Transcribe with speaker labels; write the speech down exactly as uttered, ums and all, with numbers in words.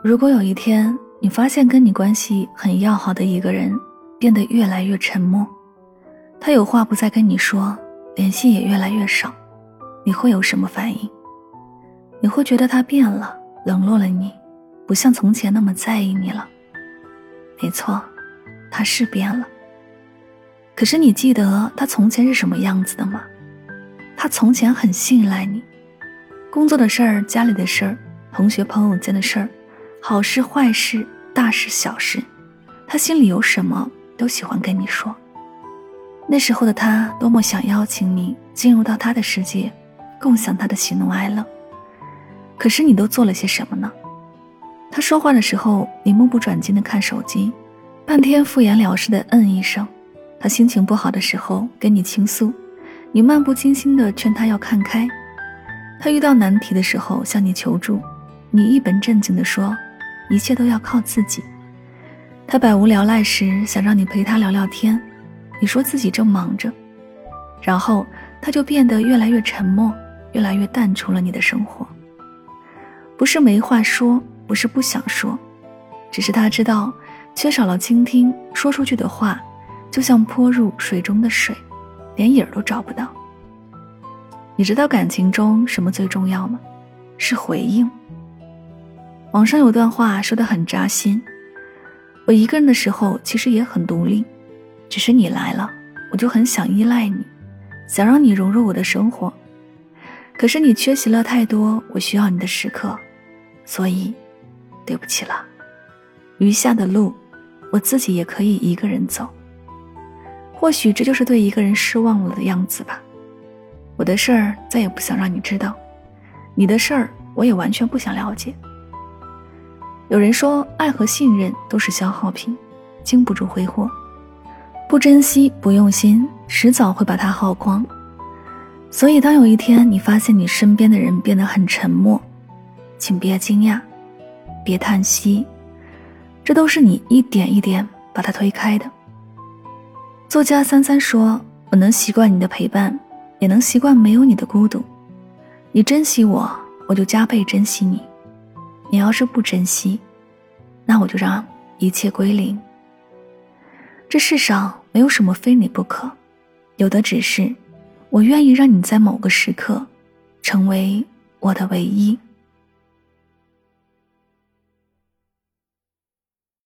Speaker 1: 如果有一天你发现跟你关系很要好的一个人变得越来越沉默，他有话不再跟你说，联系也越来越少，你会有什么反应？你会觉得他变了，冷落了你，不像从前那么在意你了。没错，他是变了。可是你记得他从前是什么样子的吗？他从前很信赖你，工作的事儿、家里的事儿、同学朋友间的事儿，好事坏事、大事小事，他心里有什么都喜欢跟你说。那时候的他多么想邀请你进入到他的世界，共享他的喜怒哀乐。可是你都做了些什么呢？他说话的时候，你目不转睛地看手机，半天敷衍了事的嗯一声。他心情不好的时候跟你倾诉，你漫不经心地劝他要看开。他遇到难题的时候向你求助，你一本正经地说一切都要靠自己。他百无聊赖时想让你陪他聊聊天，你说自己正忙着，然后他就变得越来越沉默，越来越淡出了你的生活。不是没话说，不是不想说，只是他知道缺少了倾听，说出去的话就像泼入水中的水，连影儿都找不到。你知道感情中什么最重要吗？是回应。网上有段话说得很扎心，我一个人的时候其实也很独立，只是你来了，我就很想依赖你，想让你融入我的生活。可是你缺席了太多我需要你的时刻，所以对不起了，余下的路我自己也可以一个人走。或许这就是对一个人失望了的样子吧。我的事儿再也不想让你知道，你的事儿我也完全不想了解。有人说爱和信任都是消耗品，经不住挥霍，不珍惜不用心，迟早会把它耗光。所以当有一天你发现你身边的人变得很沉默，请别惊讶，别叹息，这都是你一点一点把它推开的。作家三三说，我能习惯你的陪伴，也能习惯没有你的孤独。你珍惜我，我就加倍珍惜你。你要是不珍惜，那我就让一切归零。这世上没有什么非你不可，有的只是我愿意让你在某个时刻成为我的唯一。